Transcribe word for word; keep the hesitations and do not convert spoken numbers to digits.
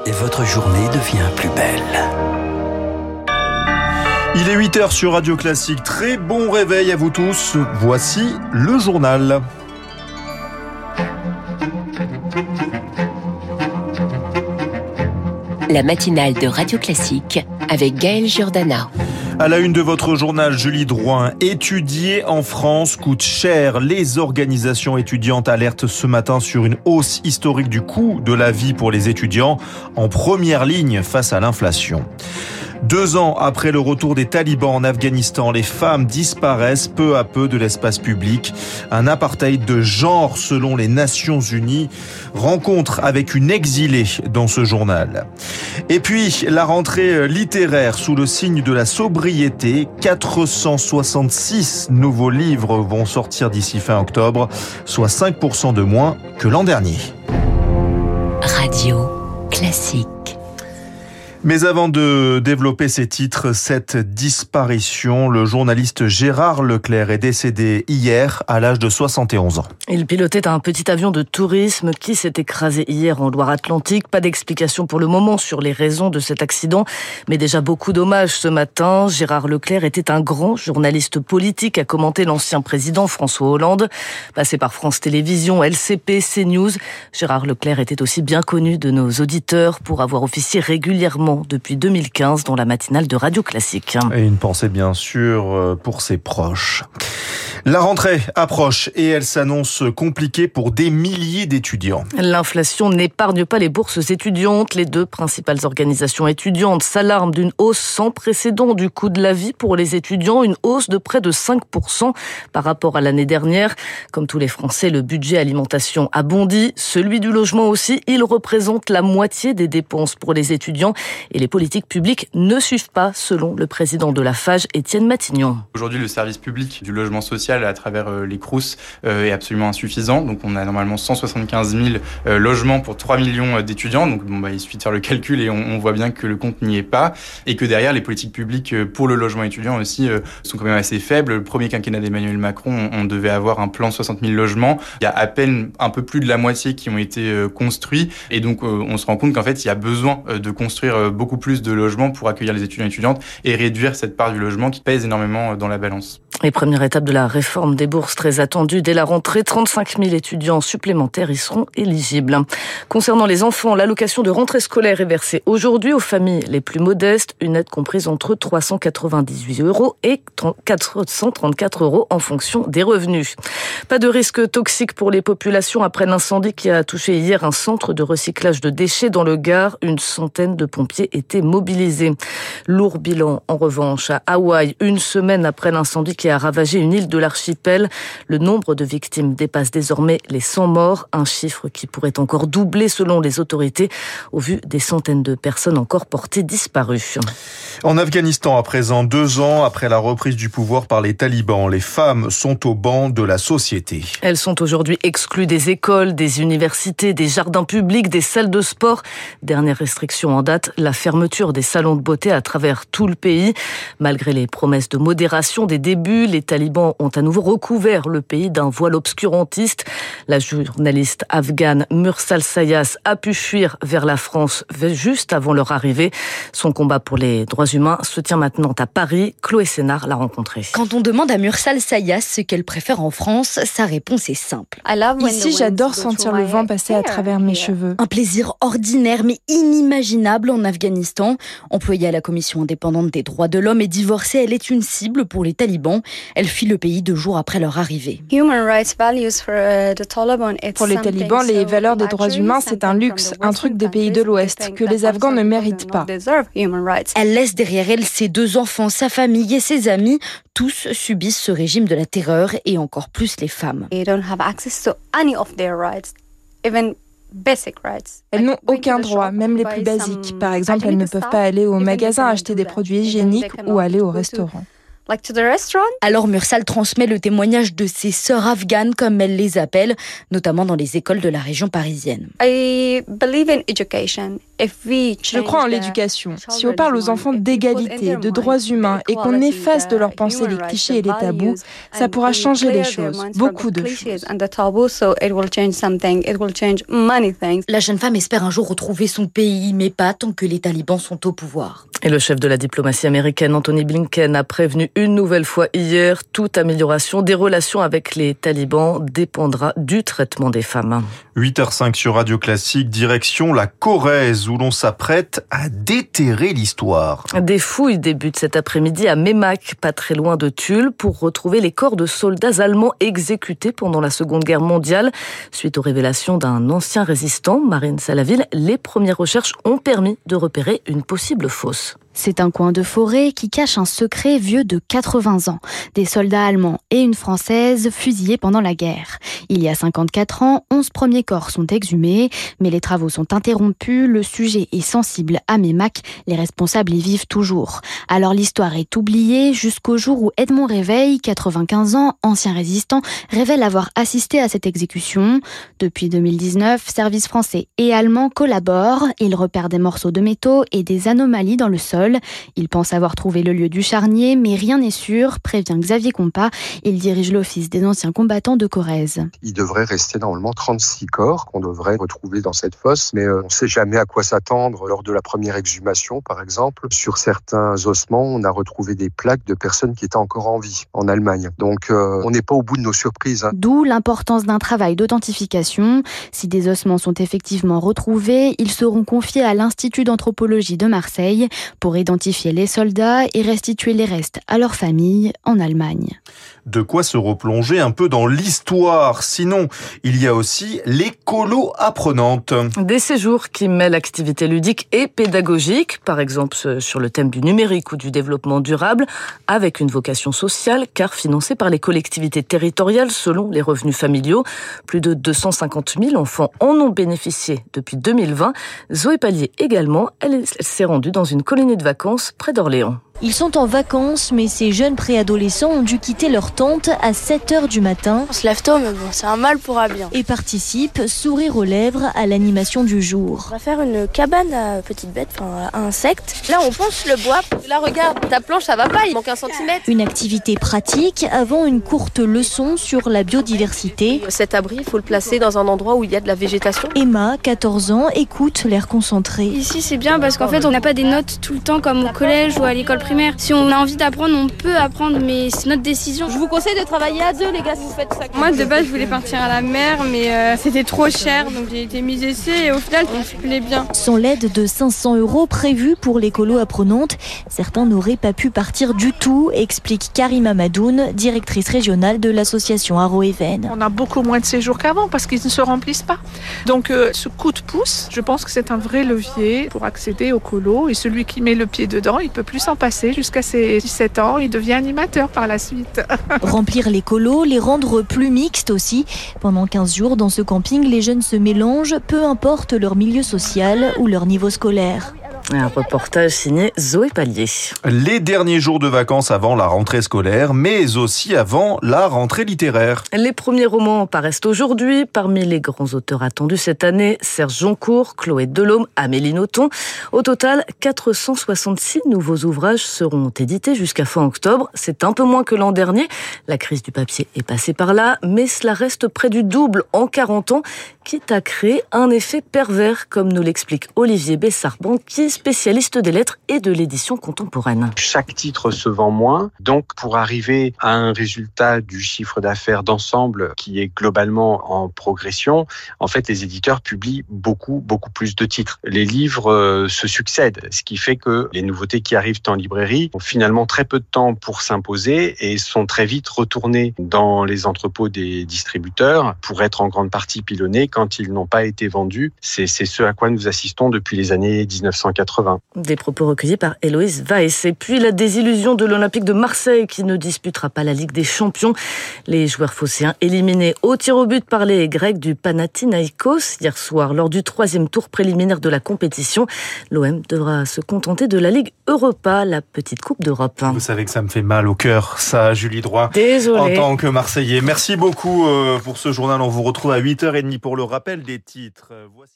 et votre journée devient plus belle. Il est huit heures sur Radio Classique. Très bon réveil à vous tous. Voici le journal. La matinale de Radio Classique avec Gaël Giordana. À la une de votre journal, Julie Drouin. Étudier en France coûte cher. Les organisations étudiantes alertent ce matin sur une hausse historique du coût de la vie pour les étudiants, en première ligne face à l'inflation. Deux ans après le retour des talibans en Afghanistan, les femmes disparaissent peu à peu de l'espace public. Un apartheid de genre selon les Nations Unies. Rencontre avec une exilée dans ce journal. Et puis, la rentrée littéraire sous le signe de la sobriété. quatre cent soixante-six nouveaux livres vont sortir d'ici fin octobre, soit cinq pour cent de moins que l'an dernier. Radio Classique. Mais avant de développer ces titres, cette disparition, le journaliste Gérard Leclerc est décédé hier à l'âge de soixante et onze ans. Il pilotait un petit avion de tourisme qui s'est écrasé hier en Loire-Atlantique. Pas d'explication pour le moment sur les raisons de cet accident, mais déjà beaucoup d'hommages ce matin. Gérard Leclerc était un grand journaliste politique, a commenté l'ancien président François Hollande. Passé par France Télévisions, L C P, CNews, Gérard Leclerc était aussi bien connu de nos auditeurs pour avoir officié régulièrement depuis deux mille quinze dans la matinale de Radio Classique. Et une pensée bien sûr pour ses proches. La rentrée approche et elle s'annonce compliquée pour des milliers d'étudiants. L'inflation n'épargne pas les bourses étudiantes. Les deux principales organisations étudiantes s'alarment d'une hausse sans précédent du coût de la vie pour les étudiants, une hausse de près de cinq pour cent par rapport à l'année dernière. Comme tous les Français, le budget alimentation a bondi, celui du logement aussi. Il représente la moitié des dépenses pour les étudiants et les politiques publiques ne suivent pas, selon le président de la Fage, Étienne Matignon. Aujourd'hui, le service public du logement social à travers les Crous est absolument insuffisant. Donc on a normalement cent soixante-quinze mille logements pour trois millions d'étudiants. Donc bon, bah, il suffit de faire le calcul et on, on voit bien que le compte n'y est pas. Et que derrière, les politiques publiques pour le logement étudiant aussi sont quand même assez faibles. Le premier quinquennat d'Emmanuel Macron, on, on devait avoir un plan de soixante mille logements. Il y a à peine un peu plus de la moitié qui ont été construits. Et donc on se rend compte qu'en fait, il y a besoin de construire beaucoup plus de logements pour accueillir les étudiants et étudiantes et réduire cette part du logement qui pèse énormément dans la balance. Et première étape de la réforme des bourses très attendue dès la rentrée, trente-cinq mille étudiants supplémentaires y seront éligibles. Concernant les enfants, l'allocation de rentrée scolaire est versée aujourd'hui aux familles les plus modestes, une aide comprise entre trois cent quatre-vingt-dix-huit euros et quatre cent trente-quatre euros en fonction des revenus. Pas de risque toxique pour les populations après l'incendie qui a touché hier un centre de recyclage de déchets dans le Gard. Une centaine de pompiers étaient mobilisés. Lourd bilan en revanche à Hawaï, une semaine après l'incendie qui a ravagé une île de l'archipel. Le nombre de victimes dépasse désormais les cent morts, un chiffre qui pourrait encore doubler selon les autorités au vu des centaines de personnes encore portées disparues. En Afghanistan, à présent, deux ans après la reprise du pouvoir par les talibans, les femmes sont au banc de la société. Elles sont aujourd'hui exclues des écoles, des universités, des jardins publics, des salles de sport. Dernière restriction en date, la fermeture des salons de beauté à travers tout le pays. Malgré les promesses de modération des débuts, les talibans ont à nouveau recouvert le pays d'un voile obscurantiste. La journaliste afghane Mursal Sayas a pu fuir vers la France juste avant leur arrivée. Son combat pour les droits humains se tient maintenant à Paris. Chloé Sénard l'a rencontrée. Quand on demande à Mursal Sayas ce qu'elle préfère en France, sa réponse est simple. Ici, j'adore sentir le vent passer à travers mes cheveux. Un plaisir ordinaire mais inimaginable en Afghanistan. Employée à la commission indépendante des droits de l'homme et divorcée, elle est une cible pour les talibans. Elle fuit le pays deux jours après leur arrivée. Pour les talibans, les valeurs des droits humains, c'est un luxe, un truc des pays de l'Ouest que les Afghans ne méritent pas. Elle laisse derrière elle ses deux enfants, sa famille et ses amis. Tous subissent ce régime de la terreur et encore plus les femmes. Elles n'ont aucun droit, même les plus basiques. Par exemple, elles ne peuvent pas aller au magasin acheter des produits hygiéniques ou aller au restaurant. Like to the restaurant? Alors Mursal transmet le témoignage de ses sœurs afghanes, comme elle les appelle, notamment dans les écoles de la région parisienne. I believe in education. Je crois en l'éducation. Si on parle aux enfants d'égalité, de droits humains et qu'on efface de leur pensée les clichés et les tabous, ça pourra changer les choses, beaucoup de choses. La jeune femme espère un jour retrouver son pays, mais pas tant que les talibans sont au pouvoir. Et le chef de la diplomatie américaine, Anthony Blinken, a prévenu une nouvelle fois hier, toute amélioration des relations avec les talibans dépendra du traitement des femmes. huit heures cinq sur Radio Classique, direction la Corrèze, où l'on s'apprête à déterrer l'histoire. Des fouilles débutent cet après-midi à Meymac, pas très loin de Tulle, pour retrouver les corps de soldats allemands exécutés pendant la Seconde Guerre mondiale. Suite aux révélations d'un ancien résistant, Marine Salaville, les premières recherches ont permis de repérer une possible fosse. C'est un coin de forêt qui cache un secret vieux de quatre-vingts ans. Des soldats allemands et une Française fusillés pendant la guerre. Il y a cinquante-quatre ans, onze premiers corps sont exhumés, mais les travaux sont interrompus, le sujet est sensible à Meymac, les responsables y vivent toujours. Alors l'histoire est oubliée jusqu'au jour où Edmond Réveil, quatre-vingt-quinze ans, ancien résistant, révèle avoir assisté à cette exécution. Depuis deux mille dix-neuf, services français et allemands collaborent. Ils repèrent des morceaux de métaux et des anomalies dans le sol. Il pense avoir trouvé le lieu du charnier, mais rien n'est sûr, prévient Xavier Compas. Il dirige l'Office des anciens combattants de Corrèze. Il devrait rester normalement trente-six corps qu'on devrait retrouver dans cette fosse, mais on ne sait jamais à quoi s'attendre lors de la première exhumation, par exemple. Sur certains ossements, on a retrouvé des plaques de personnes qui étaient encore en vie en Allemagne. Donc euh, on n'est pas au bout de nos surprises. Hein. D'où l'importance d'un travail d'authentification. Si des ossements sont effectivement retrouvés, ils seront confiés à l'Institut d'anthropologie de Marseille pour identifier les soldats et restituer les restes à leur famille en Allemagne. De quoi se replonger un peu dans l'histoire. Sinon, il y a aussi les colos apprenantes. Des séjours qui mêlent activités ludiques et pédagogiques, par exemple sur le thème du numérique ou du développement durable, avec une vocation sociale, car financés par les collectivités territoriales selon les revenus familiaux. Plus de deux cent cinquante mille enfants en ont bénéficié depuis deux mille vingt. Zoé Pallier également, elle s'est rendue dans une colonie de vacances près d'Orléans. Ils sont en vacances, mais ces jeunes préadolescents ont dû quitter leur tente à sept heures du matin. On se lève tôt, mais bon, c'est un mal pour un bien. Et participent, sourire aux lèvres, à l'animation du jour. On va faire une cabane à petites bêtes, enfin à insectes. Là, on ponce le bois. Là, regarde, ta planche, ça va pas, il manque un centimètre. Une activité pratique avant une courte leçon sur la biodiversité. Cet abri, il faut le placer dans un endroit où il y a de la végétation. Emma, quatorze ans, écoute l'air concentré. Ici, c'est bien parce qu'en fait, on n'a pas des notes tout le temps comme au collège ou à l'école primaire. Si on a envie d'apprendre, on peut apprendre, mais c'est notre décision. Je vous conseille de travailler à deux, les gars, si vous faites ça. Moi, de base, je voulais partir à la mer, mais euh, c'était trop cher, donc j'ai été mise ici et au final, on se plaît bien. Sans l'aide de cinq cents euros prévus pour les colos apprenantes, certains n'auraient pas pu partir du tout, explique Karima Madoun, directrice régionale de l'association Haro-Even. On a beaucoup moins de séjours qu'avant parce qu'ils ne se remplissent pas. Donc, euh, ce coup de pouce, je pense que c'est un vrai levier pour accéder aux colos. Et celui qui met le pied dedans, il ne peut plus s'en passer. Jusqu'à ses dix-sept ans, il devient animateur par la suite. Remplir les colos, les rendre plus mixtes aussi. Pendant quinze jours, dans ce camping, les jeunes se mélangent, peu importe leur milieu social ou leur niveau scolaire. Un reportage signé Zoé Pallier. Les derniers jours de vacances avant la rentrée scolaire, mais aussi avant la rentrée littéraire. Les premiers romans paraissent aujourd'hui. Parmi les grands auteurs attendus cette année, Serge Joncourt, Chloé Delhomme, Amélie Nothomb. Au total, quatre cent soixante-six nouveaux ouvrages seront édités jusqu'à fin octobre. C'est un peu moins que l'an dernier. La crise du papier est passée par là, mais cela reste près du double en quarante ans, quitte à créer un effet pervers, comme nous l'explique Olivier Bessard-Banqui, spécialiste des lettres et de l'édition contemporaine. Chaque titre se vend moins, donc pour arriver à un résultat du chiffre d'affaires d'ensemble qui est globalement en progression, en fait les éditeurs publient beaucoup, beaucoup plus de titres. Les livres euh, se succèdent, ce qui fait que les nouveautés qui arrivent en librairie ont finalement très peu de temps pour s'imposer et sont très vite retournées dans les entrepôts des distributeurs pour être en grande partie pilonnés quand ils n'ont pas été vendus. C'est, c'est ce à quoi nous assistons depuis les années dix-neuf cent quatre-vingts. quatre-vingts. Des propos recueillis par Héloïse Weiss. Et puis la désillusion de l'Olympique de Marseille qui ne disputera pas la Ligue des Champions. Les joueurs phocéens éliminés au tir au but par les Grecs du Panathinaïkos hier soir lors du troisième tour préliminaire de la compétition. L'O M devra se contenter de la Ligue Europa, la petite Coupe d'Europe. Vous savez que ça me fait mal au cœur, ça, Julie Droin. Désolée. En tant que Marseillais. Merci beaucoup pour ce journal. On vous retrouve à huit heures trente pour le rappel des titres. Voici